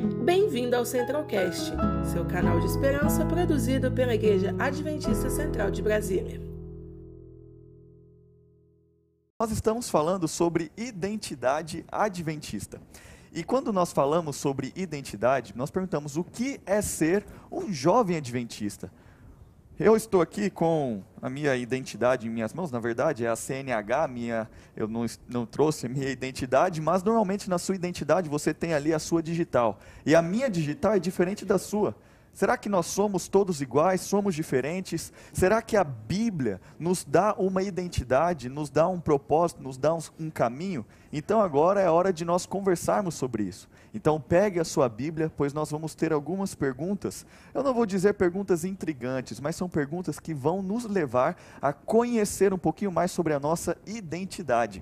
Bem-vindo ao Centralcast, seu canal de esperança produzido pela Igreja Adventista Central de Brasília. Nós estamos falando sobre identidade adventista. E quando nós falamos sobre identidade, nós perguntamos o que é ser um jovem adventista. Eu estou aqui com a minha identidade em minhas mãos, na verdade é a CNH, eu não trouxe a minha identidade, mas normalmente na sua identidade você tem ali a sua digital. E a minha digital é diferente da sua. Será que nós somos todos iguais, somos diferentes? Será que a Bíblia nos dá uma identidade, nos dá um propósito, nos dá um caminho? Então agora é hora de nós conversarmos sobre isso. Então pegue a sua Bíblia, pois nós vamos ter algumas perguntas. Eu não vou dizer perguntas intrigantes, mas são perguntas que vão nos levar a conhecer um pouquinho mais sobre a nossa identidade.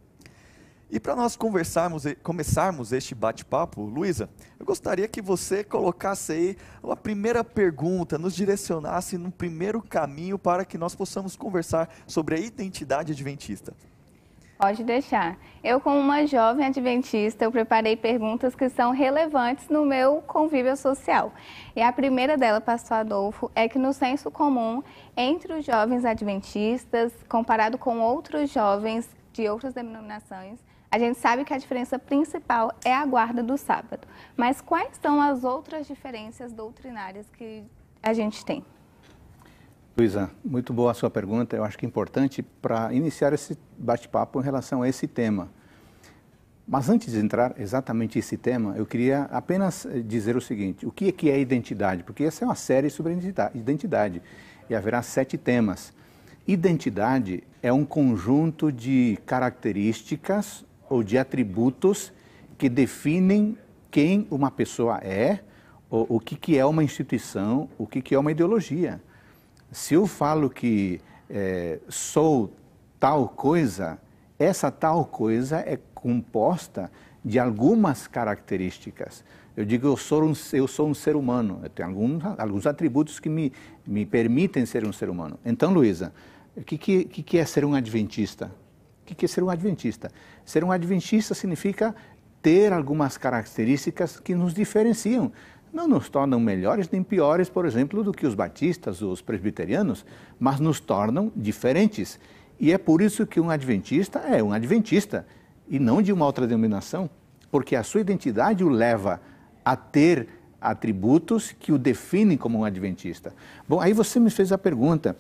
E para nós começarmos este bate-papo, Luísa, eu gostaria que você colocasse aí a primeira pergunta, nos direcionasse no primeiro caminho para que nós possamos conversar sobre a identidade adventista. Pode deixar. Eu, como uma jovem adventista, eu preparei perguntas que são relevantes no meu convívio social. E a primeira dela, pastor Adolfo, é que no senso comum, entre os jovens adventistas, comparado com outros jovens de outras denominações, a gente sabe que a diferença principal é a guarda do sábado. Mas quais são as outras diferenças doutrinárias que a gente tem? Luísa, muito boa a sua pergunta. Eu acho que é importante para iniciar esse bate-papo em relação a esse tema. Mas antes de entrar exatamente nesse tema, eu queria apenas dizer o seguinte: o que é identidade? Porque essa é uma série sobre identidade e haverá 7 temas. Identidade é um conjunto de características ou de atributos que definem quem uma pessoa é, ou o que é uma instituição, o que é uma ideologia. Se eu falo que sou tal coisa, essa tal coisa é composta de algumas características. Eu digo eu sou um ser humano, eu tenho alguns atributos que me permitem ser um ser humano. Então, Luísa, o que é ser um adventista? O que é ser um adventista? Ser um adventista significa ter algumas características que nos diferenciam. Não nos tornam melhores nem piores, por exemplo, do que os batistas ou os presbiterianos, mas nos tornam diferentes. E é por isso que um adventista é um adventista, e não de uma outra denominação, porque a sua identidade o leva a ter atributos que o definem como um adventista. Bom, aí você me fez a pergunta: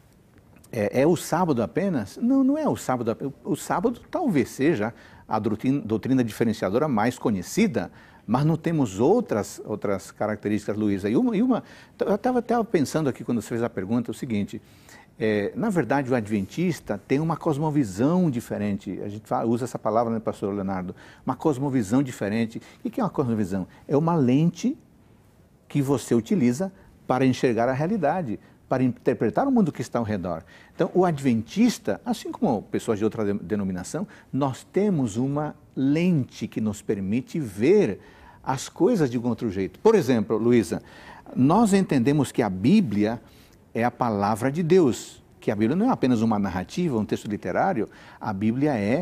é o sábado apenas? Não, não é o sábado apenas. O sábado talvez seja a doutrina diferenciadora mais conhecida, mas não temos outras características, Luísa. Eu estava pensando aqui, quando você fez a pergunta, o seguinte: na verdade, o adventista tem uma cosmovisão diferente. A gente usa essa palavra, né, pastor Leonardo? Uma cosmovisão diferente. O que é uma cosmovisão? É uma lente que você utiliza para enxergar a realidade, para interpretar o mundo que está ao redor. Então, o adventista, assim como pessoas de outra denominação, nós temos uma lente que nos permite ver as coisas de um outro jeito. Por exemplo, Luísa, nós entendemos que a Bíblia é a palavra de Deus, que a Bíblia não é apenas uma narrativa, um texto literário. A Bíblia é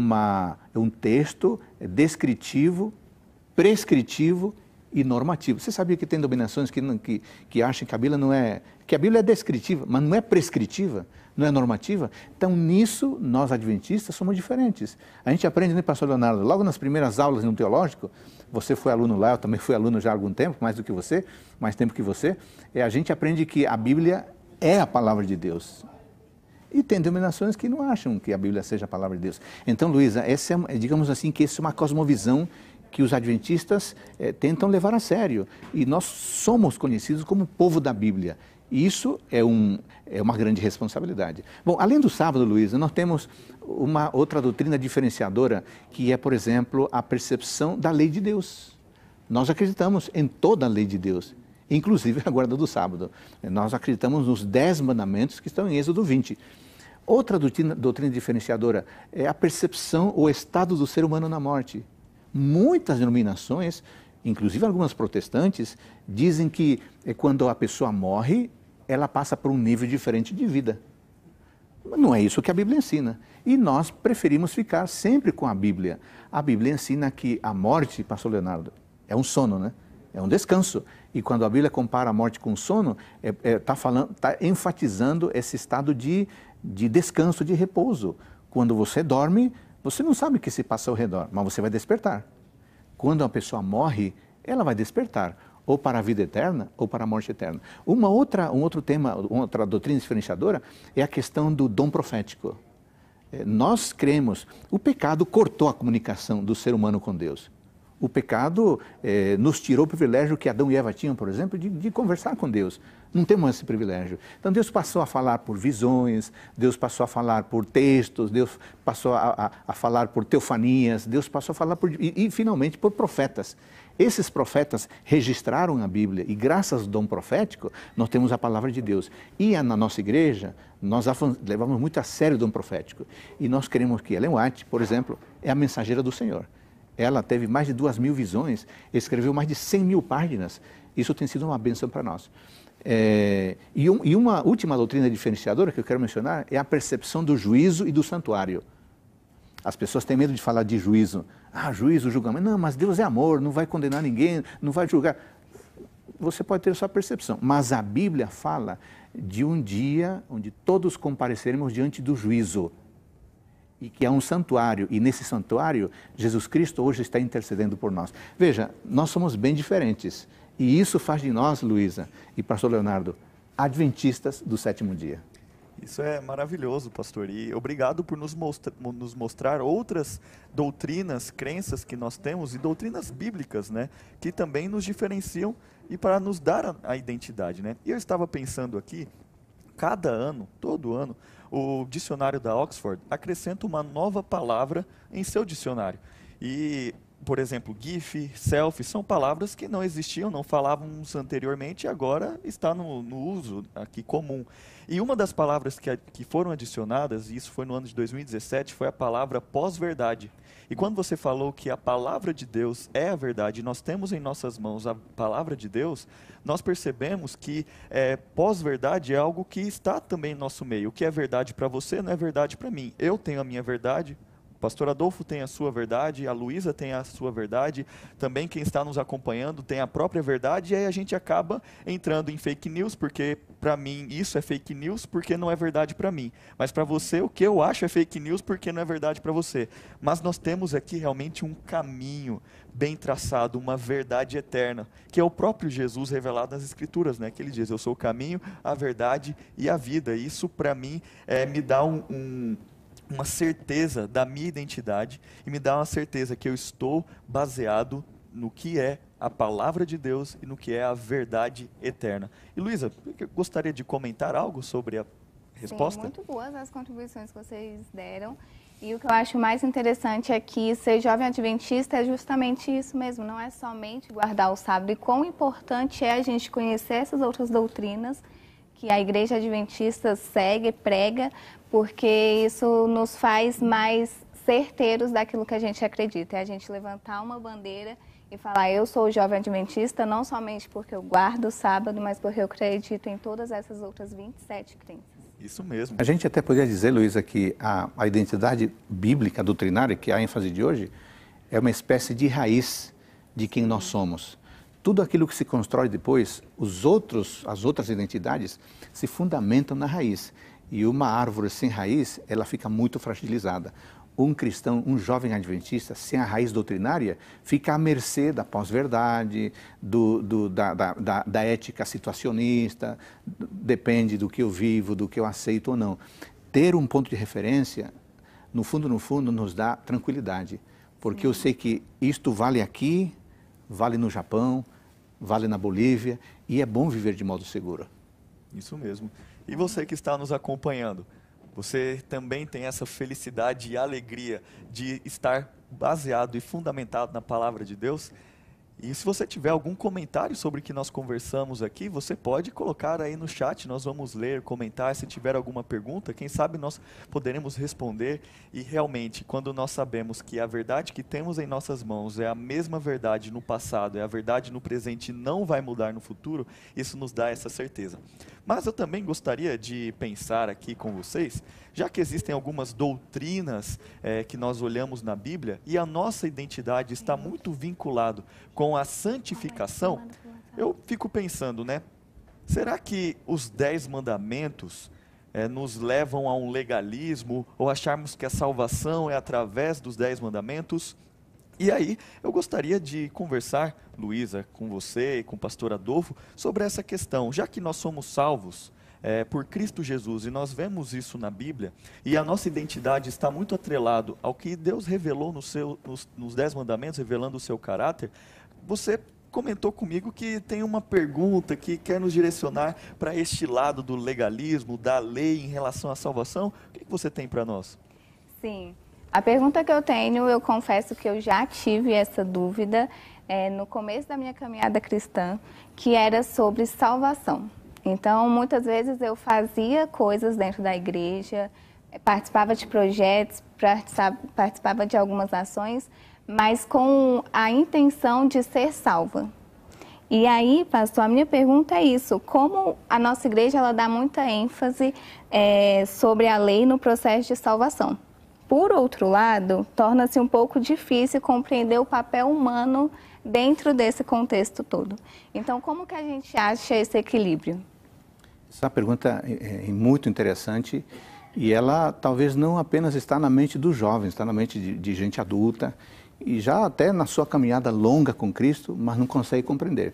um texto descritivo, prescritivo e normativo. Você sabia que tem denominações que acham que a Bíblia não é... que a Bíblia é descritiva, mas não é prescritiva, não é normativa? Então, nisso, nós adventistas somos diferentes. A gente aprende, né, pastor Leonardo, logo nas primeiras aulas no teológico, você foi aluno lá, eu também fui aluno já há algum tempo, mais tempo que você, a gente aprende que a Bíblia é a palavra de Deus. E tem denominações que não acham que a Bíblia seja a palavra de Deus. Então, Luísa, digamos assim, que essa é uma cosmovisão que os adventistas tentam levar a sério. E nós somos conhecidos como povo da Bíblia. E isso é uma grande responsabilidade. Bom, além do sábado, Luísa, nós temos uma outra doutrina diferenciadora, que é, por exemplo, a percepção da lei de Deus. Nós acreditamos em toda a lei de Deus, inclusive a guarda do sábado. Nós acreditamos nos 10 mandamentos que estão em Êxodo 20. Outra doutrina diferenciadora é a percepção, o estado do ser humano na morte. Muitas denominações, inclusive algumas protestantes, dizem que quando a pessoa morre, ela passa por um nível diferente de vida. Não é isso que a Bíblia ensina. E nós preferimos ficar sempre com a Bíblia. A Bíblia ensina que a morte, pastor Leonardo, É um sono, né? É um descanso. E quando a Bíblia compara a morte com o sono, está enfatizando esse estado de descanso, de repouso. Quando você dorme, você não sabe o que se passa ao redor, mas você vai despertar. Quando uma pessoa morre, ela vai despertar, ou para a vida eterna, ou para a morte eterna. Um outro tema, outra doutrina diferenciadora, é a questão do dom profético. Nós cremos, o pecado cortou a comunicação do ser humano com Deus. O pecado nos tirou o privilégio que Adão e Eva tinham, por exemplo, de conversar com Deus. Não temos esse privilégio. Então Deus passou a falar por visões, Deus passou a falar por textos, Deus passou a falar por teofanias, Deus passou a falar e finalmente por profetas. Esses profetas registraram a Bíblia e graças ao dom profético nós temos a palavra de Deus. E na nossa igreja nós levamos muito a sério o dom profético. E nós queremos que Ellen White, por exemplo, é a mensageira do Senhor. Ela teve mais de 2.000 visões, escreveu mais de 100.000 páginas. Isso tem sido uma bênção para nós. E uma última doutrina diferenciadora que eu quero mencionar é a percepção do juízo e do santuário. As pessoas têm medo de falar de juízo. Juízo, julgamento. Não, mas Deus é amor, não vai condenar ninguém, não vai julgar. Você pode ter a sua percepção, mas a Bíblia fala de um dia onde todos compareceremos diante do juízo. E que é um santuário, e nesse santuário, Jesus Cristo hoje está intercedendo por nós. Veja, nós somos bem diferentes, e isso faz de nós, Luísa e pastor Leonardo, adventistas do sétimo dia. Isso é maravilhoso, pastor, e obrigado por nos mostrar outras doutrinas, crenças que nós temos, e doutrinas bíblicas, né, que também nos diferenciam e para nos dar a identidade, né. E eu estava pensando aqui, cada ano, todo ano, o dicionário da Oxford acrescenta uma nova palavra em seu dicionário. E, por exemplo, GIF, selfie, são palavras que não existiam, não falávamos anteriormente e agora está no uso aqui comum. E uma das palavras que foram adicionadas, e isso foi no ano de 2017, foi a palavra pós-verdade. E quando você falou que a palavra de Deus é a verdade, nós temos em nossas mãos a palavra de Deus, nós percebemos que pós-verdade é algo que está também em nosso meio. O que é verdade para você não é verdade para mim. Eu tenho a minha verdade, o pastor Adolfo tem a sua verdade, a Luísa tem a sua verdade, também quem está nos acompanhando tem a própria verdade, e aí a gente acaba entrando em fake news, porque para mim isso é fake news porque não é verdade para mim. Mas para você o que eu acho é fake news porque não é verdade para você. Mas nós temos aqui realmente um caminho bem traçado, uma verdade eterna, que é o próprio Jesus revelado nas Escrituras, né? Que ele diz, eu sou o caminho, a verdade e a vida. E isso para mim me dá uma certeza da minha identidade e me dá uma certeza que eu estou baseado no que é a palavra de Deus e no que é a verdade eterna. E Luísa, eu gostaria de comentar algo sobre a resposta? Sim, muito boas as contribuições que vocês deram. E o que eu acho mais interessante é que ser jovem adventista é justamente isso mesmo, não é somente guardar o sábado. E quão importante é a gente conhecer essas outras doutrinas que a igreja adventista segue, prega, porque isso nos faz mais certeiros daquilo que a gente acredita. É a gente levantar uma bandeira e falar, eu sou jovem adventista, não somente porque eu guardo o sábado, mas porque eu acredito em todas essas outras 27 crenças. Isso mesmo. A gente até poderia dizer, Luísa, que a identidade bíblica, doutrinária, que é a ênfase de hoje, é uma espécie de raiz de quem nós somos. Tudo aquilo que se constrói depois, as outras identidades, se fundamentam na raiz. E uma árvore sem raiz, ela fica muito fragilizada. Um cristão, um jovem adventista, sem a raiz doutrinária, fica à mercê da pós-verdade, da ética situacionista, depende do que eu vivo, do que eu aceito ou não. Ter um ponto de referência, no fundo, nos dá tranquilidade. Porque eu sei que isto vale aqui, vale no Japão, vale na Bolívia, e é bom viver de modo seguro. Isso mesmo. E você que está nos acompanhando, você também tem essa felicidade e alegria de estar baseado e fundamentado na palavra de Deus? E se você tiver algum comentário sobre o que nós conversamos aqui, você pode colocar aí no chat, nós vamos ler, comentar. Se tiver alguma pergunta, quem sabe nós poderemos responder. E realmente, quando nós sabemos que a verdade que temos em nossas mãos é a mesma verdade no passado, é a verdade no presente e não vai mudar no futuro, isso nos dá essa certeza. Mas eu também gostaria de pensar aqui com vocês, já que existem algumas doutrinas que nós olhamos na Bíblia e a nossa identidade está muito vinculado com a santificação, eu fico pensando, né? Será que os 10 mandamentos nos levam a um legalismo ou acharmos que a salvação é através dos 10 mandamentos? E aí, eu gostaria de conversar, Luísa, com você e com o pastor Adolfo, sobre essa questão. Já que nós somos salvos por Cristo Jesus, e nós vemos isso na Bíblia, e a nossa identidade está muito atrelado ao que Deus revelou nos 10 mandamentos, revelando o seu caráter, você comentou comigo que tem uma pergunta que quer nos direcionar para este lado do legalismo, da lei em relação à salvação. O que você tem para nós? Sim. A pergunta que eu tenho, eu confesso que eu já tive essa dúvida no começo da minha caminhada cristã, que era sobre salvação. Então, muitas vezes eu fazia coisas dentro da igreja, participava de projetos, participava de algumas ações, mas com a intenção de ser salva. E aí, pastor, a minha pergunta é isso: como a nossa igreja ela dá muita ênfase sobre a lei no processo de salvação? Por outro lado, torna-se um pouco difícil compreender o papel humano dentro desse contexto todo. Então, como que a gente acha esse equilíbrio? Essa pergunta é muito interessante e ela talvez não apenas está na mente dos jovens, está na mente de gente adulta e já até na sua caminhada longa com Cristo, mas não consegue compreender.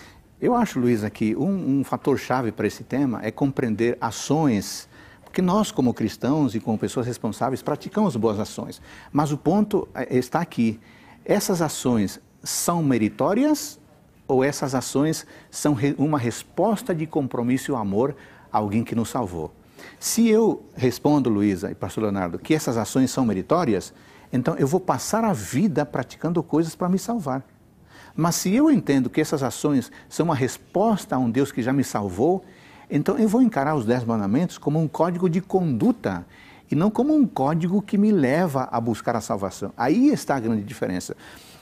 Eu acho, Luísa, que um fator-chave para esse tema é compreender ações, porque nós, como cristãos e como pessoas responsáveis, praticamos boas ações. Mas o ponto está aqui. Essas ações são meritórias ou essas ações são uma resposta de compromisso e amor a alguém que nos salvou? Se eu respondo, Luísa e pastor Leonardo, que essas ações são meritórias, então eu vou passar a vida praticando coisas para me salvar. Mas se eu entendo que essas ações são uma resposta a um Deus que já me salvou, então eu vou encarar os 10 mandamentos como um código de conduta e não como um código que me leva a buscar a salvação. Aí está a grande diferença.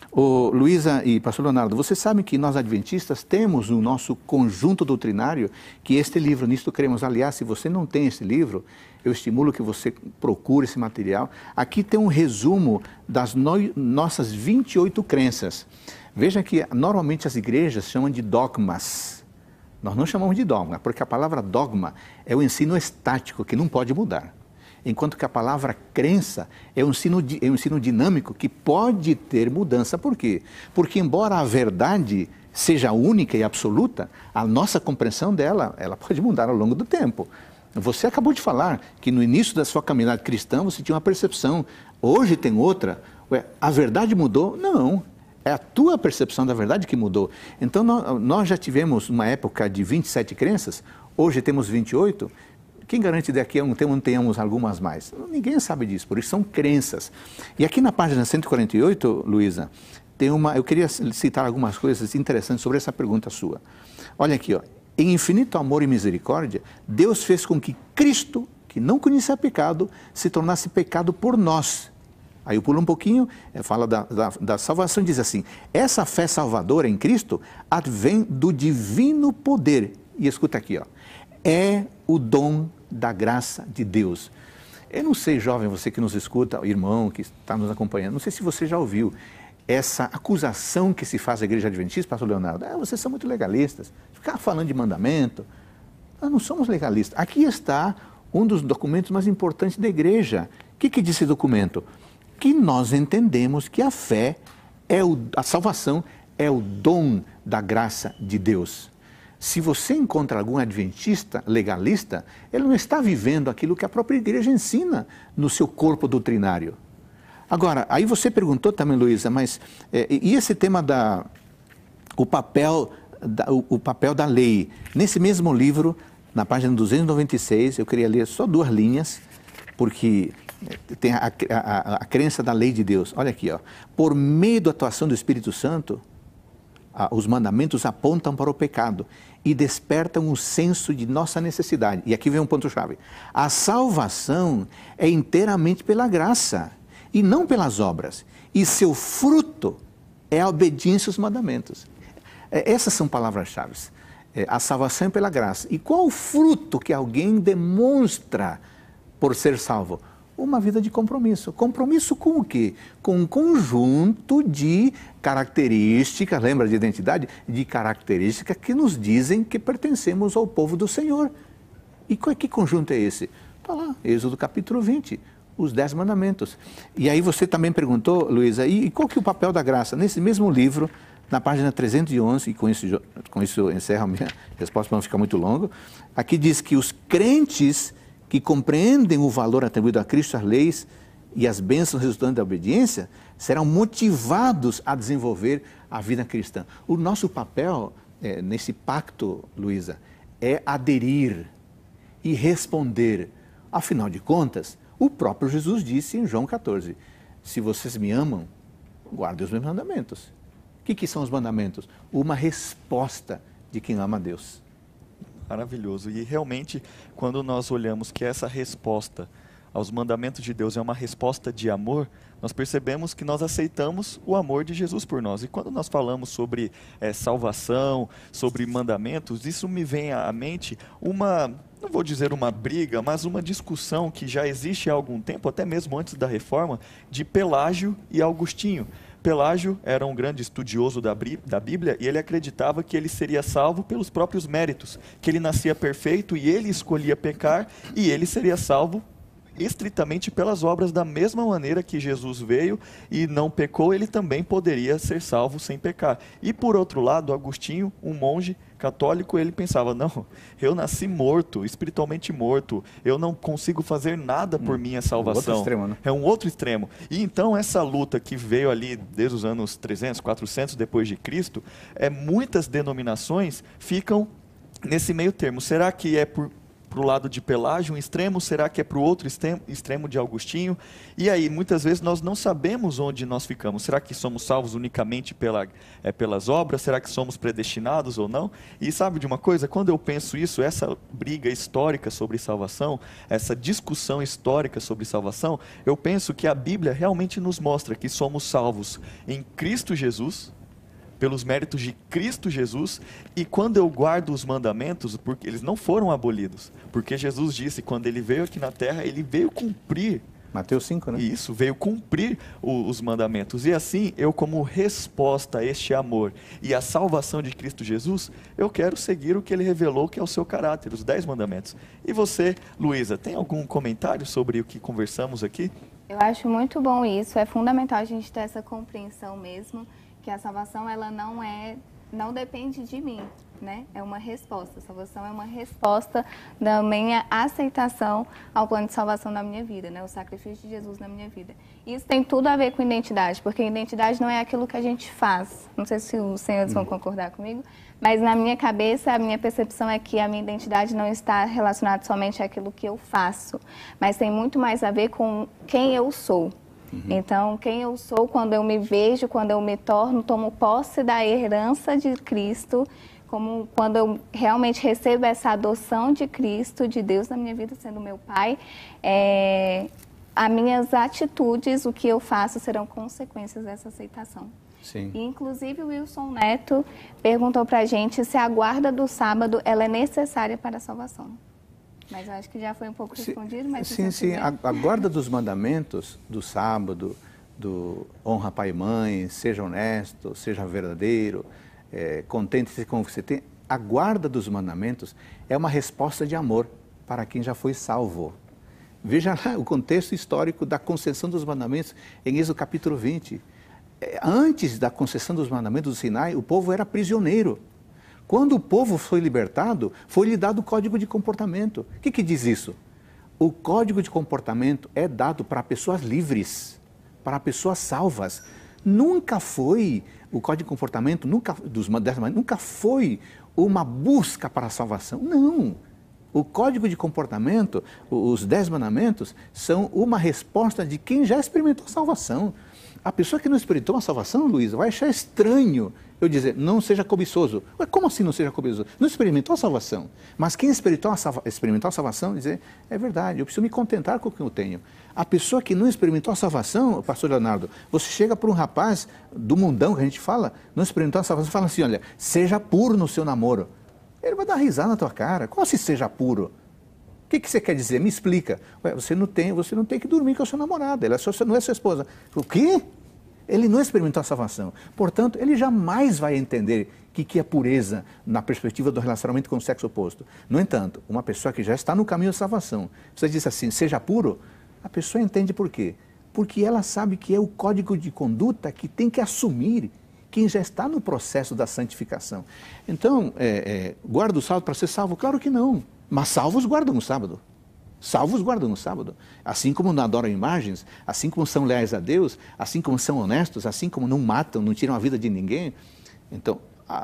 Luísa e pastor Leonardo, vocês sabem que nós adventistas temos no nosso conjunto doutrinário que este livro, nisto cremos. Aliás, se você não tem esse livro, eu estimulo que você procure esse material. Aqui tem um resumo das nossas 28 crenças. Veja que normalmente as igrejas chamam de dogmas. Nós não chamamos de dogma, porque a palavra dogma é o ensino estático, que não pode mudar. Enquanto que a palavra crença é um ensino dinâmico que pode ter mudança. Por quê? Porque embora a verdade seja única e absoluta, a nossa compreensão dela, ela pode mudar ao longo do tempo. Você acabou de falar que no início da sua caminhada cristã você tinha uma percepção, hoje tem outra. Ué, a verdade mudou? Não. É a tua percepção da verdade que mudou. Então, nós já tivemos uma época de 27 crenças, hoje temos 28. Quem garante daqui a um tempo não tenhamos algumas mais? Ninguém sabe disso, por isso são crenças. E aqui na página 148, Luísa, eu queria citar algumas coisas interessantes sobre essa pergunta sua. Olha aqui, ó. Em infinito amor e misericórdia, Deus fez com que Cristo, que não conhecia pecado, se tornasse pecado por nós. Aí eu pulo um pouquinho, fala da salvação, diz assim: essa fé salvadora em Cristo advém do divino poder. E escuta aqui, ó, é o dom da graça de Deus. Eu não sei, jovem, você que nos escuta, irmão que está nos acompanhando, não sei se você já ouviu essa acusação que se faz à igreja adventista, pastor Leonardo. Vocês são muito legalistas, ficar falando de mandamento. Nós não somos legalistas. Aqui está um dos documentos mais importantes da igreja. O que diz esse documento? Que nós entendemos que a fé, a salvação é o dom da graça de Deus. Se você encontra algum adventista legalista, ele não está vivendo aquilo que a própria igreja ensina no seu corpo doutrinário. Agora, aí você perguntou também, Luísa, mas e esse tema o papel da lei? Nesse mesmo livro, na página 296, eu queria ler só 2 linhas, porque tem a crença da lei de Deus. Olha aqui, ó. Por meio da atuação do Espírito Santo, os mandamentos apontam para o pecado e despertam o senso de nossa necessidade. E aqui vem um ponto-chave. A salvação é inteiramente pela graça e não pelas obras. E seu fruto é a obediência aos mandamentos. Essas são palavras-chave. A salvação é pela graça. E qual o fruto que alguém demonstra por ser salvo? Uma vida de compromisso. Compromisso com o quê? Com um conjunto de características, lembra de identidade? De características que nos dizem que pertencemos ao povo do Senhor. E que conjunto é esse? Está lá, Êxodo capítulo 20, os 10 mandamentos. E aí você também perguntou, Luísa, e qual que é o papel da graça? Nesse mesmo livro, na página 311, e com isso eu encerro a minha resposta para não ficar muito longo, aqui diz que os crentes que compreendem o valor atribuído a Cristo, as leis e as bênçãos resultantes da obediência, serão motivados a desenvolver a vida cristã. O nosso papel nesse pacto, Luísa, é aderir e responder. Afinal de contas, o próprio Jesus disse em João 14, se vocês me amam, guardem os meus mandamentos. O que são os mandamentos? Uma resposta de quem ama a Deus. Maravilhoso. E realmente, quando nós olhamos que essa resposta aos mandamentos de Deus é uma resposta de amor, nós percebemos que nós aceitamos o amor de Jesus por nós. E quando nós falamos sobre salvação, sobre mandamentos, isso me vem à mente não vou dizer uma briga, mas uma discussão que já existe há algum tempo, até mesmo antes da Reforma, de Pelágio e Augustinho. Pelágio era um grande estudioso da Bíblia e ele acreditava que ele seria salvo pelos próprios méritos, que ele nascia perfeito e ele escolhia pecar e ele seria salvo estritamente pelas obras, da mesma maneira que Jesus veio e não pecou, ele também poderia ser salvo sem pecar. E por outro lado, Agostinho, um monge católico, ele pensava, não, eu nasci morto, espiritualmente morto, eu não consigo fazer nada por minha salvação. Outro extremo, né? É um outro extremo. E então essa luta que veio ali desde os anos 300, 400 depois de Cristo, muitas denominações ficam nesse meio termo. Será que é para o lado de Pelágio, um extremo? Será que é para o outro extremo de Augustinho? E aí, muitas vezes, nós não sabemos onde nós ficamos. Será que somos salvos unicamente pelas obras? Será que somos predestinados ou não? E sabe de uma coisa? Quando eu penso isso, essa briga histórica sobre salvação, essa discussão histórica sobre salvação, eu penso que a Bíblia realmente nos mostra que somos salvos em Cristo Jesus, pelos méritos de Cristo Jesus, e quando eu guardo os mandamentos, porque eles não foram abolidos, porque Jesus disse, quando ele veio aqui na terra, ele veio cumprir. Mateus 5, né? Isso, veio cumprir os mandamentos. E assim, eu como resposta a este amor e a salvação de Cristo Jesus, eu quero seguir o que ele revelou, que é o seu caráter, os 10 mandamentos. E você, Luísa, tem algum comentário sobre o que conversamos aqui? Eu acho muito bom isso, é fundamental a gente ter essa compreensão mesmo, que a salvação ela não depende de mim, né? É uma resposta. A salvação é uma resposta da minha aceitação ao plano de salvação na minha vida, né? O sacrifício de Jesus na minha vida. Isso tem tudo a ver com identidade, porque identidade não é aquilo que a gente faz. Não sei se os senhores vão concordar comigo, mas na minha cabeça, a minha percepção é que a minha identidade não está relacionada somente àquilo que eu faço, mas tem muito mais a ver com quem eu sou. Então, quem eu sou, quando eu me vejo, quando eu me torno, tomo posse da herança de Cristo, como quando eu realmente recebo essa adoção de Cristo, de Deus na minha vida, sendo meu Pai, as minhas atitudes, o que eu faço, serão consequências dessa aceitação. Sim. E, inclusive, o Wilson Neto perguntou para a gente se a guarda do sábado ela é necessária para a salvação. Mas eu acho que já foi um pouco respondido. Mas sim. A guarda dos mandamentos do sábado, do honra pai e mãe, seja honesto, seja verdadeiro, contente-se com o que você tem. A guarda dos mandamentos é uma resposta de amor para quem já foi salvo. Veja lá o contexto histórico da concessão dos mandamentos em Êxodo capítulo 20. Antes da concessão dos mandamentos do Sinai, o povo era prisioneiro. Quando o povo foi libertado, foi-lhe dado o código de comportamento. O que diz isso? O código de comportamento é dado para pessoas livres, para pessoas salvas. Nunca foi, o código de comportamento nunca foi uma busca para a salvação. Não. O código de comportamento, os 10 mandamentos, são uma resposta de quem já experimentou a salvação. A pessoa que não experimentou a salvação, Luísa, vai achar estranho eu dizer, não seja cobiçoso. Mas como assim não seja cobiçoso? Não experimentou a salvação. Mas quem experimentou a salvação, dizer, é verdade, eu preciso me contentar com o que eu tenho. A pessoa que não experimentou a salvação, pastor Leonardo, você chega para um rapaz do mundão que a gente fala, não experimentou a salvação, fala assim, olha, seja puro no seu namoro. Ele vai dar risada na tua cara. Como se seja puro? O que você quer dizer? Me explica. Ué, você não tem que dormir com a sua namorada, não é sua esposa. O quê? Ele não experimentou a salvação. Portanto, ele jamais vai entender o que é pureza na perspectiva do relacionamento com o sexo oposto. No entanto, uma pessoa que já está no caminho da salvação, você diz assim, seja puro, a pessoa entende por quê? Porque ela sabe que é o código de conduta que tem que assumir quem já está no processo da santificação. Então, guarda o sábado para ser salvo? Claro que não. Mas salvos guardam no sábado. Salvos guardam no sábado. Assim como não adoram imagens, assim como são leais a Deus, assim como são honestos, assim como não matam, não tiram a vida de ninguém. Então,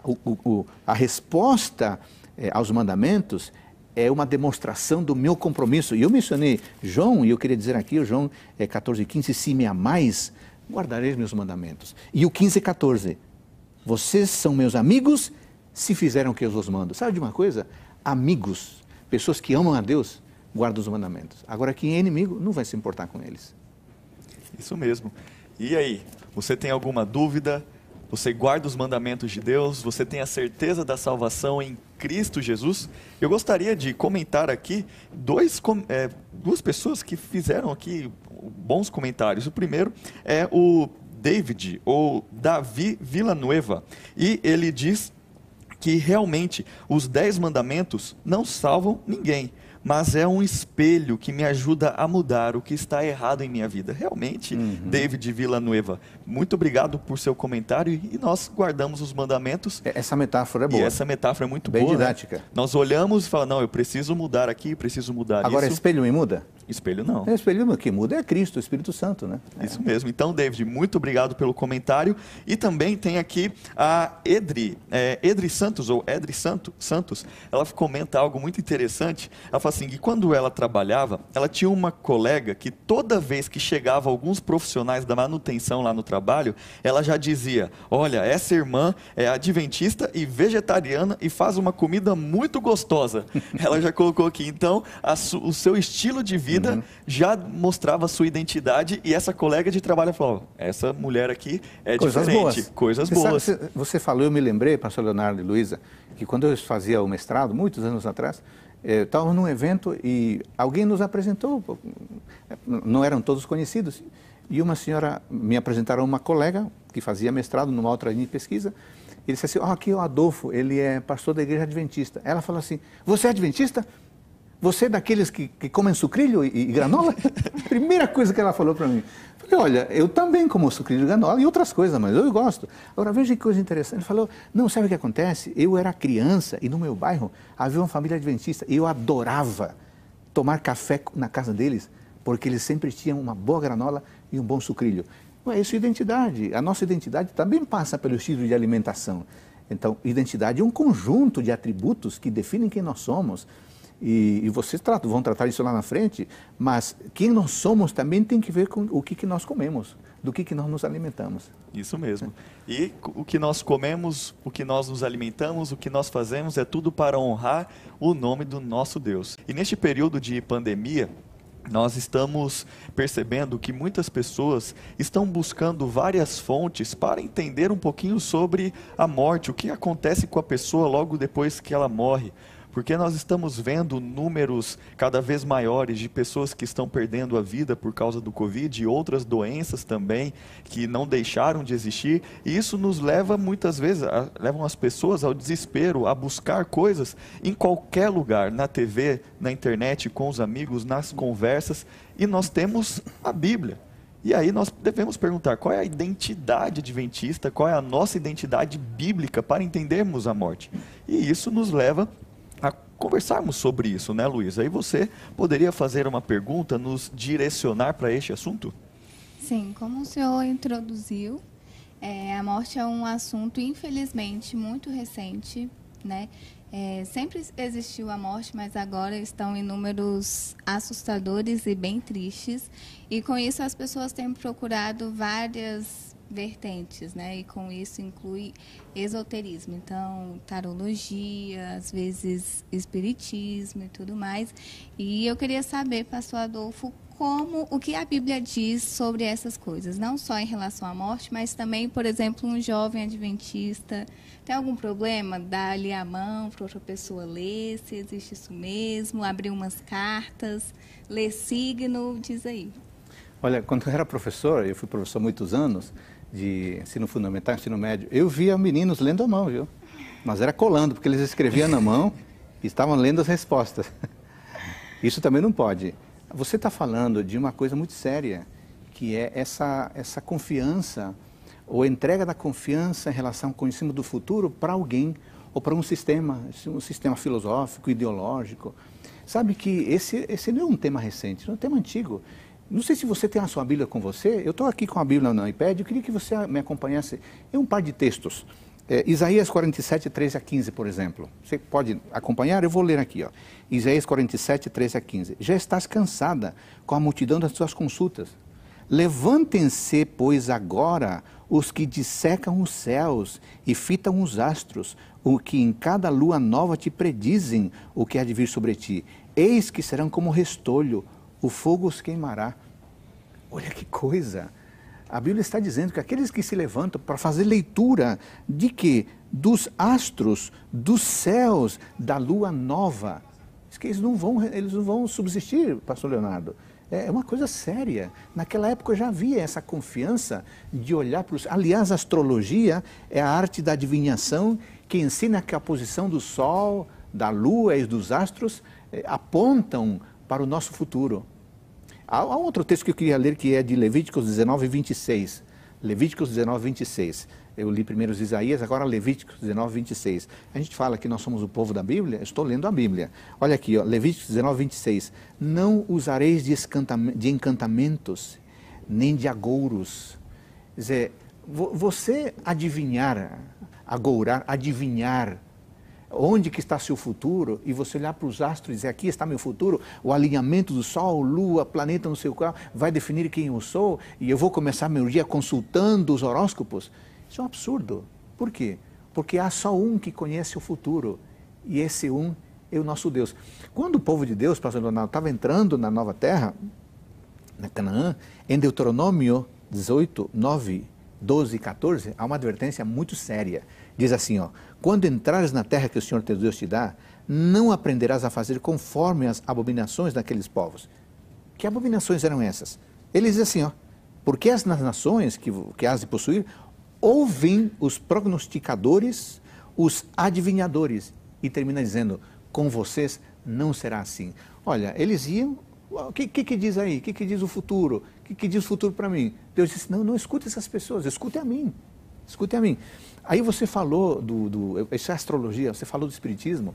a resposta aos mandamentos é uma demonstração do meu compromisso. E eu mencionei João, e eu queria dizer aqui, o João 14,15, se me amais, guardareis meus mandamentos. E o 15,14, vocês são meus amigos se fizeram o que eu vos mando. Sabe de uma coisa? Amigos, pessoas que amam a Deus, guardam os mandamentos. Agora, quem é inimigo, não vai se importar com eles. Isso mesmo. E aí, você tem alguma dúvida? Você guarda os mandamentos de Deus? Você tem a certeza da salvação em Cristo Jesus? Eu gostaria de comentar aqui duas pessoas que fizeram aqui bons comentários. O primeiro é o David, ou Davi Villanueva, e ele diz que realmente os 10 mandamentos não salvam ninguém, mas é um espelho que me ajuda a mudar o que está errado em minha vida. Realmente, David Villanueva, muito obrigado por seu comentário, e nós guardamos os mandamentos. Essa metáfora é boa. E essa metáfora é muito bem boa. didática. Né? Nós olhamos e falamos, não, eu preciso mudar aqui, preciso mudar isso. Agora, espelho me muda? Espelho não. Espelho que muda é Cristo, o Espírito Santo, né? Isso mesmo. Então, David, muito obrigado pelo comentário. E também tem aqui a Edri Santos, ou Edri Santos, ela comenta algo muito interessante. Ela fala assim, que quando ela trabalhava, ela tinha uma colega que toda vez que chegava alguns profissionais da manutenção lá no trabalho, ela já dizia, olha, essa irmã é adventista e vegetariana e faz uma comida muito gostosa. Ela já colocou aqui. Então, o seu estilo de vida já mostrava a sua identidade, e essa colega de trabalho falou, essa mulher aqui é diferente. Coisas boas. Você falou, eu me lembrei, pastor Leonardo e Luísa, que quando eu fazia o mestrado, muitos anos atrás, estávamos num evento e alguém nos apresentou, não eram todos conhecidos, e uma senhora me apresentaram uma colega que fazia mestrado numa outra linha de pesquisa. Ele disse assim, aqui é o Adolfo, ele é pastor da igreja adventista. Ela falou assim, você é adventista? Você é daqueles que comem sucrilho e granola? Primeira coisa que ela falou para mim. Falei, olha, eu também como sucrilho e granola e outras coisas, mas eu gosto. Agora, veja que coisa interessante. Ele falou, não, sabe o que acontece? Eu era criança e no meu bairro havia uma família adventista e eu adorava tomar café na casa deles, porque eles sempre tinham uma boa granola e um bom sucrilho. Ué, isso é identidade. A nossa identidade também passa pelo estilo de alimentação. Então, identidade é um conjunto de atributos que definem quem nós somos. E vocês vão tratar isso lá na frente, mas quem nós somos também tem que ver com o que nós comemos, do que nós nos alimentamos. Isso mesmo. E o que nós comemos, o que nós nos alimentamos, o que nós fazemos é tudo para honrar o nome do nosso Deus. E neste período de pandemia, nós estamos percebendo que muitas pessoas estão buscando várias fontes para entender um pouquinho sobre a morte, o que acontece com a pessoa logo depois que ela morre. Porque nós estamos vendo números cada vez maiores de pessoas que estão perdendo a vida por causa do Covid e outras doenças também que não deixaram de existir. E isso nos leva muitas vezes, levam as pessoas ao desespero, a buscar coisas em qualquer lugar, na TV, na internet, com os amigos, nas conversas. E nós temos a Bíblia. E aí nós devemos perguntar qual é a identidade adventista, qual é a nossa identidade bíblica para entendermos a morte. E isso nos leva a conversarmos sobre isso, né, Luísa? Aí você poderia fazer uma pergunta, nos direcionar para este assunto? Sim, como o senhor introduziu, a morte é um assunto, infelizmente, muito recente, né? Sempre existiu a morte, mas agora estão em números assustadores e bem tristes. E com isso as pessoas têm procurado várias vertentes, né? E com isso inclui esoterismo, então tarologia, às vezes espiritismo e tudo mais. E eu queria saber, pastor Adolfo, o que a Bíblia diz sobre essas coisas, não só em relação à morte, mas também, por exemplo, um jovem adventista tem algum problema? Dar ali a mão para outra pessoa ler, se existe isso mesmo, abrir umas cartas, ler signo, diz aí. Olha, quando eu era professor, eu fui professor há muitos anos, de ensino fundamental, ensino médio, eu via meninos lendo a mão, viu? Mas era colando, porque eles escreviam na mão e estavam lendo as respostas. Isso também não pode. Você está falando de uma coisa muito séria, que é essa confiança, ou entrega da confiança em relação ao conhecimento do futuro para alguém, ou para um sistema filosófico, ideológico. Sabe que esse não é um tema recente, é um tema antigo. Não sei se você tem a sua Bíblia com você, eu estou aqui com a Bíblia no iPad, eu queria que você me acompanhasse em um par de textos. Isaías 47, 13 a 15, por exemplo. Você pode acompanhar? Eu vou ler aqui. Ó. Isaías 47, 13 a 15. Já estás cansada com a multidão das tuas consultas. Levantem-se, pois, agora os que dissecam os céus e fitam os astros, o que em cada lua nova te predizem o que há de vir sobre ti. Eis que serão como restolho, o fogo os queimará. Olha que coisa! A Bíblia está dizendo que aqueles que se levantam para fazer leitura de quê? Dos astros, dos céus, da lua nova. Diz que eles não vão subsistir, pastor Leonardo. É uma coisa séria. Naquela época já havia essa confiança de olhar para os... Aliás, a astrologia é a arte da adivinhação que ensina que a posição do sol, da lua e dos astros apontam para o nosso futuro. Há outro texto que eu queria ler que é de Levíticos 19, 26. Levíticos 19, 26. Eu li primeiro os Isaías, agora Levíticos 19, 26. A gente fala que nós somos o povo da Bíblia, eu estou lendo a Bíblia. Olha aqui, ó, Levíticos 19, 26. Não usareis de encantamentos, nem de agouros. Quer dizer, você adivinhar, agourar, adivinhar, onde que está seu futuro, e você olhar para os astros e dizer, aqui está meu futuro, o alinhamento do Sol, Lua, planeta no seu qual vai definir quem eu sou, e eu vou começar meu dia consultando os horóscopos. Isso é um absurdo. Por quê? Porque há só um que conhece o futuro, e esse um é o nosso Deus. Quando o povo de Deus, pastor Leonardo, estava entrando na nova terra, na Canaã, em Deuteronômio 18, 9, 12 e 14, há uma advertência muito séria. Diz assim, ó, quando entrares na terra que o Senhor teu Deus te dá, não aprenderás a fazer conforme as abominações daqueles povos. Que abominações eram essas? Ele diz assim, ó, porque as nações que has de possuir, ouvem os prognosticadores, os adivinhadores. E termina dizendo, com vocês não será assim. Olha, eles iam, o que diz aí? O que diz o futuro? O que diz o futuro para mim? Deus disse, não escute essas pessoas, escute a mim. Escute a mim. Aí você falou isso é astrologia, você falou do espiritismo.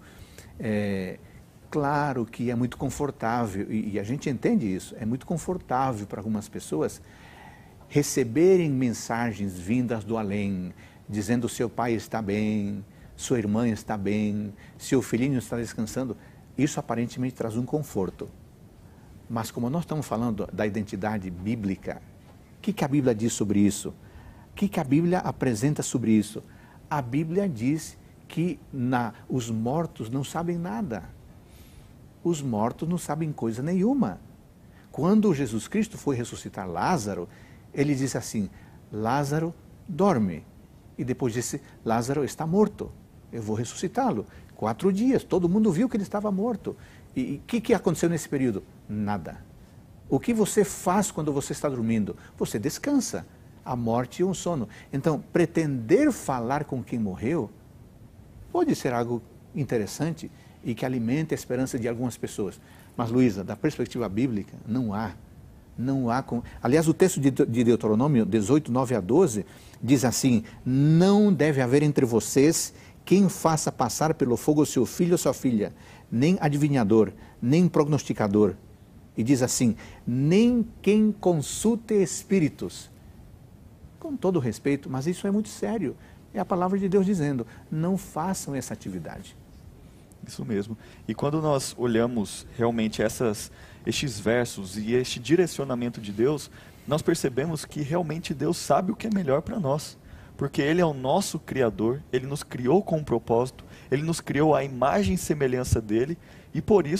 Claro que é muito confortável, e a gente entende isso, é muito confortável para algumas pessoas receberem mensagens vindas do além, dizendo seu pai está bem, sua irmã está bem, seu filhinho está descansando. Isso aparentemente traz um conforto. Mas como nós estamos falando da identidade bíblica, o que a Bíblia diz sobre isso? O que a Bíblia apresenta sobre isso? A Bíblia diz que os mortos não sabem nada. Os mortos não sabem coisa nenhuma. Quando Jesus Cristo foi ressuscitar Lázaro, ele disse assim, Lázaro dorme. E depois disse, Lázaro está morto, eu vou ressuscitá-lo. 4 dias, todo mundo viu que ele estava morto. E o que aconteceu nesse período? Nada. O que você faz quando você está dormindo? Você descansa. A morte é um sono. Então, pretender falar com quem morreu pode ser algo interessante e que alimente a esperança de algumas pessoas. Mas, Luísa, da perspectiva bíblica, não há. Aliás, o texto de Deuteronômio 18, 9 a 12 diz assim, não deve haver entre vocês quem faça passar pelo fogo o seu filho ou sua filha, nem adivinhador, nem prognosticador. E diz assim, nem quem consulte espíritos. Com todo respeito, mas isso é muito sério. É a palavra de Deus dizendo, não façam essa atividade. Isso mesmo. E quando nós olhamos realmente estes versos e este direcionamento de Deus, nós percebemos que realmente Deus sabe o que é melhor para nós. Porque Ele é o nosso Criador, Ele nos criou com um propósito, Ele nos criou à imagem e semelhança dEle, e por isso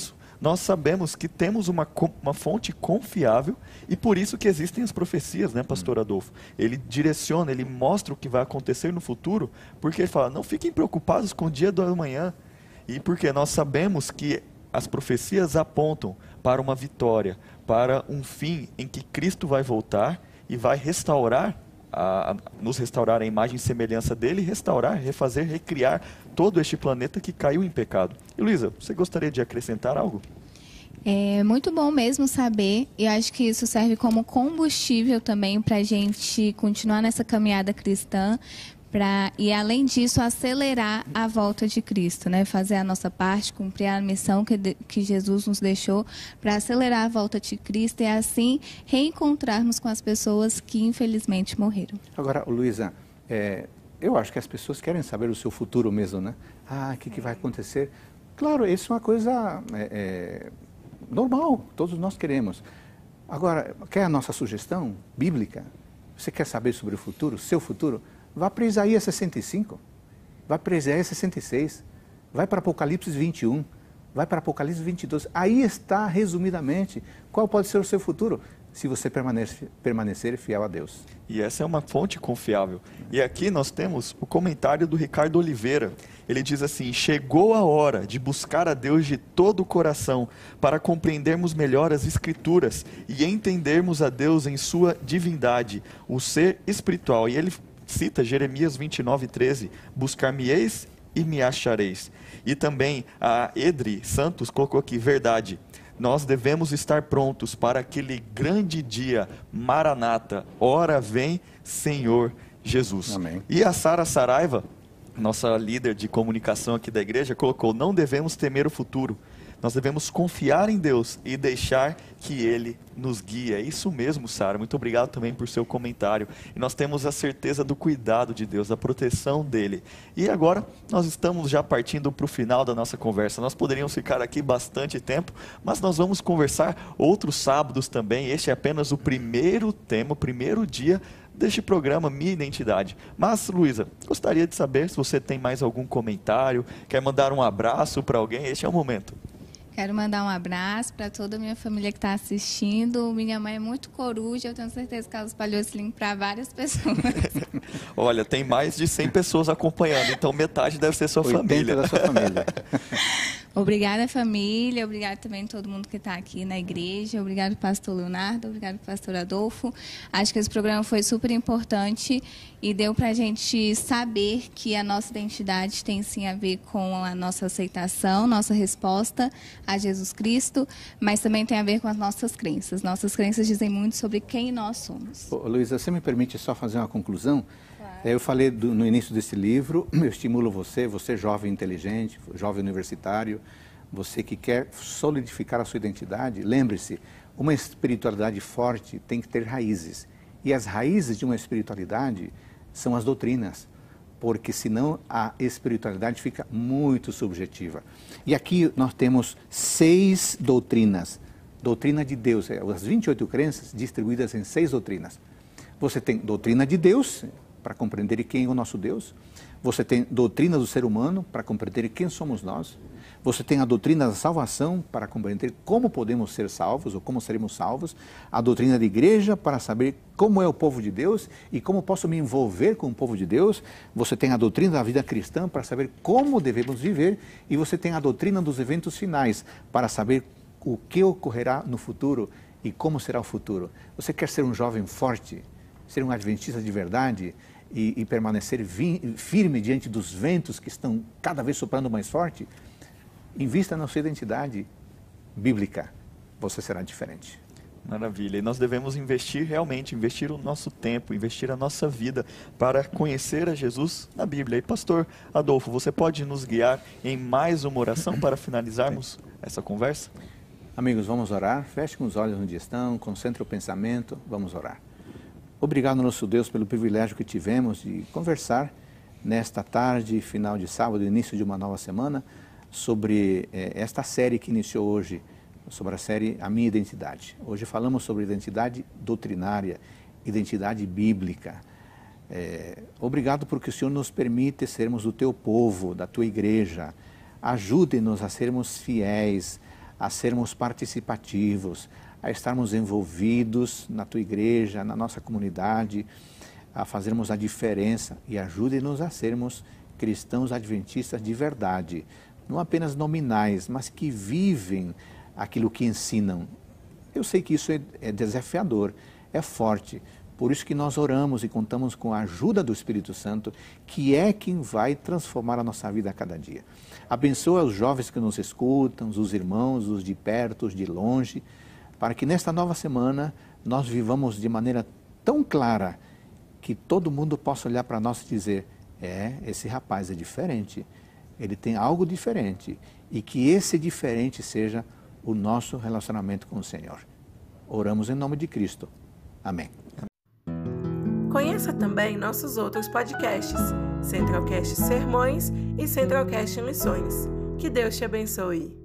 nós sabemos que temos uma fonte confiável e por isso que existem as profecias, né, pastor Adolfo? Ele direciona, ele mostra o que vai acontecer no futuro, porque ele fala, não fiquem preocupados com o dia do amanhã. E porque nós sabemos que as profecias apontam para uma vitória, para um fim em que Cristo vai voltar e vai restaurar, nos restaurar a imagem e semelhança dele, restaurar, refazer, recriar todo este planeta que caiu em pecado. E Luísa, você gostaria de acrescentar algo? É muito bom mesmo saber, e acho que isso serve como combustível também para a gente continuar nessa caminhada cristã, e além disso acelerar a volta de Cristo, né? Fazer a nossa parte, cumprir a missão que Jesus nos deixou para acelerar a volta de Cristo e assim reencontrarmos com as pessoas que infelizmente morreram. Agora, Luísa, eu acho que as pessoas querem saber o seu futuro mesmo, né? O que vai acontecer? Claro, isso é uma coisa normal, todos nós queremos. Agora, quer a nossa sugestão bíblica? Você quer saber sobre o futuro, seu futuro? Vá para Isaías 65, vai para Isaías 66, vai para Apocalipse 21, vai para Apocalipse 22. Aí está, resumidamente, qual pode ser o seu futuro, se você permanecer fiel a Deus. E essa é uma fonte confiável. E aqui nós temos o comentário do Ricardo Oliveira. Ele diz assim, chegou a hora de buscar a Deus de todo o coração, para compreendermos melhor as Escrituras e entendermos a Deus em sua divindade, o ser espiritual. E ele cita Jeremias 29:13, buscar-me-eis e me achareis. E também a Edri Santos colocou aqui, verdade, nós devemos estar prontos para aquele grande dia, Maranata, ora vem Senhor Jesus. Amém. E a Sara Saraiva, nossa líder de comunicação aqui da igreja, colocou, não devemos temer o futuro, nós devemos confiar em Deus e deixar que Ele nos guie. É isso mesmo, Sara. Muito obrigado também por seu comentário. E nós temos a certeza do cuidado de Deus, da proteção dEle. E agora, nós estamos já partindo para o final da nossa conversa. Nós poderíamos ficar aqui bastante tempo, mas nós vamos conversar outros sábados também. Este é apenas o primeiro tema, o primeiro dia deste programa Minha Identidade. Mas, Luísa, gostaria de saber se você tem mais algum comentário, quer mandar um abraço para alguém. Este é o momento. Quero mandar um abraço para toda a minha família que está assistindo. Minha mãe é muito coruja, eu tenho certeza que ela espalhou esse link para várias pessoas. Olha, tem mais de 100 pessoas acompanhando, então metade deve ser sua 80 família. da sua família. Obrigada, família. Obrigada também a todo mundo que está aqui na igreja. Obrigado, pastor Leonardo. Obrigado, pastor Adolfo. Acho que esse programa foi super importante e deu para a gente saber que a nossa identidade tem sim a ver com a nossa aceitação, nossa resposta a Jesus Cristo, mas também tem a ver com as nossas crenças. Nossas crenças dizem muito sobre quem nós somos. Luísa, você me permite só fazer uma conclusão? Claro. Eu falei no início desse livro, eu estimulo você jovem inteligente, jovem universitário, você que quer solidificar a sua identidade, lembre-se, uma espiritualidade forte tem que ter raízes. E as raízes de uma espiritualidade são as doutrinas, porque senão a espiritualidade fica muito subjetiva. E aqui nós temos 6 doutrinas. Doutrina de Deus, as 28 crenças distribuídas em 6 doutrinas. Você tem doutrina de Deus, para compreender quem é o nosso Deus. Você tem doutrina do ser humano, para compreender quem somos nós. Você tem a doutrina da salvação, para compreender como podemos ser salvos ou como seremos salvos. A doutrina da igreja, para saber como é o povo de Deus e como posso me envolver com o povo de Deus. Você tem a doutrina da vida cristã, para saber como devemos viver. E você tem a doutrina dos eventos finais, para saber o que ocorrerá no futuro e como será o futuro. Você quer ser um jovem forte, ser um adventista de verdade e permanecer firme diante dos ventos que estão cada vez soprando mais forte? Invista na sua identidade bíblica, você será diferente. Maravilha, e nós devemos investir realmente, investir o nosso tempo, investir a nossa vida para conhecer a Jesus na Bíblia. E pastor Adolfo, você pode nos guiar em mais uma oração para finalizarmos essa conversa? Amigos, vamos orar, feche com os olhos onde estão, concentre o pensamento, vamos orar. Obrigado, nosso Deus, pelo privilégio que tivemos de conversar nesta tarde, final de sábado, início de uma nova semana, sobre esta série que iniciou hoje, sobre a série A Minha Identidade. Hoje falamos sobre identidade doutrinária, identidade bíblica. Obrigado porque o Senhor nos permite sermos do Teu povo, da Tua igreja. Ajude-nos a sermos fiéis, a sermos participativos, a estarmos envolvidos na tua igreja, na nossa comunidade, a fazermos a diferença e ajude-nos a sermos cristãos adventistas de verdade, não apenas nominais, mas que vivem aquilo que ensinam. Eu sei que isso é desafiador, é forte, por isso que nós oramos e contamos com a ajuda do Espírito Santo, que é quem vai transformar a nossa vida a cada dia. Abençoa os jovens que nos escutam, os irmãos, os de perto, os de longe, para que nesta nova semana nós vivamos de maneira tão clara que todo mundo possa olhar para nós e dizer, esse rapaz é diferente, ele tem algo diferente, e que esse diferente seja o nosso relacionamento com o Senhor. Oramos em nome de Cristo. Amém. Conheça também nossos outros podcasts, Centralcast Sermões e Centralcast Missões. Que Deus te abençoe.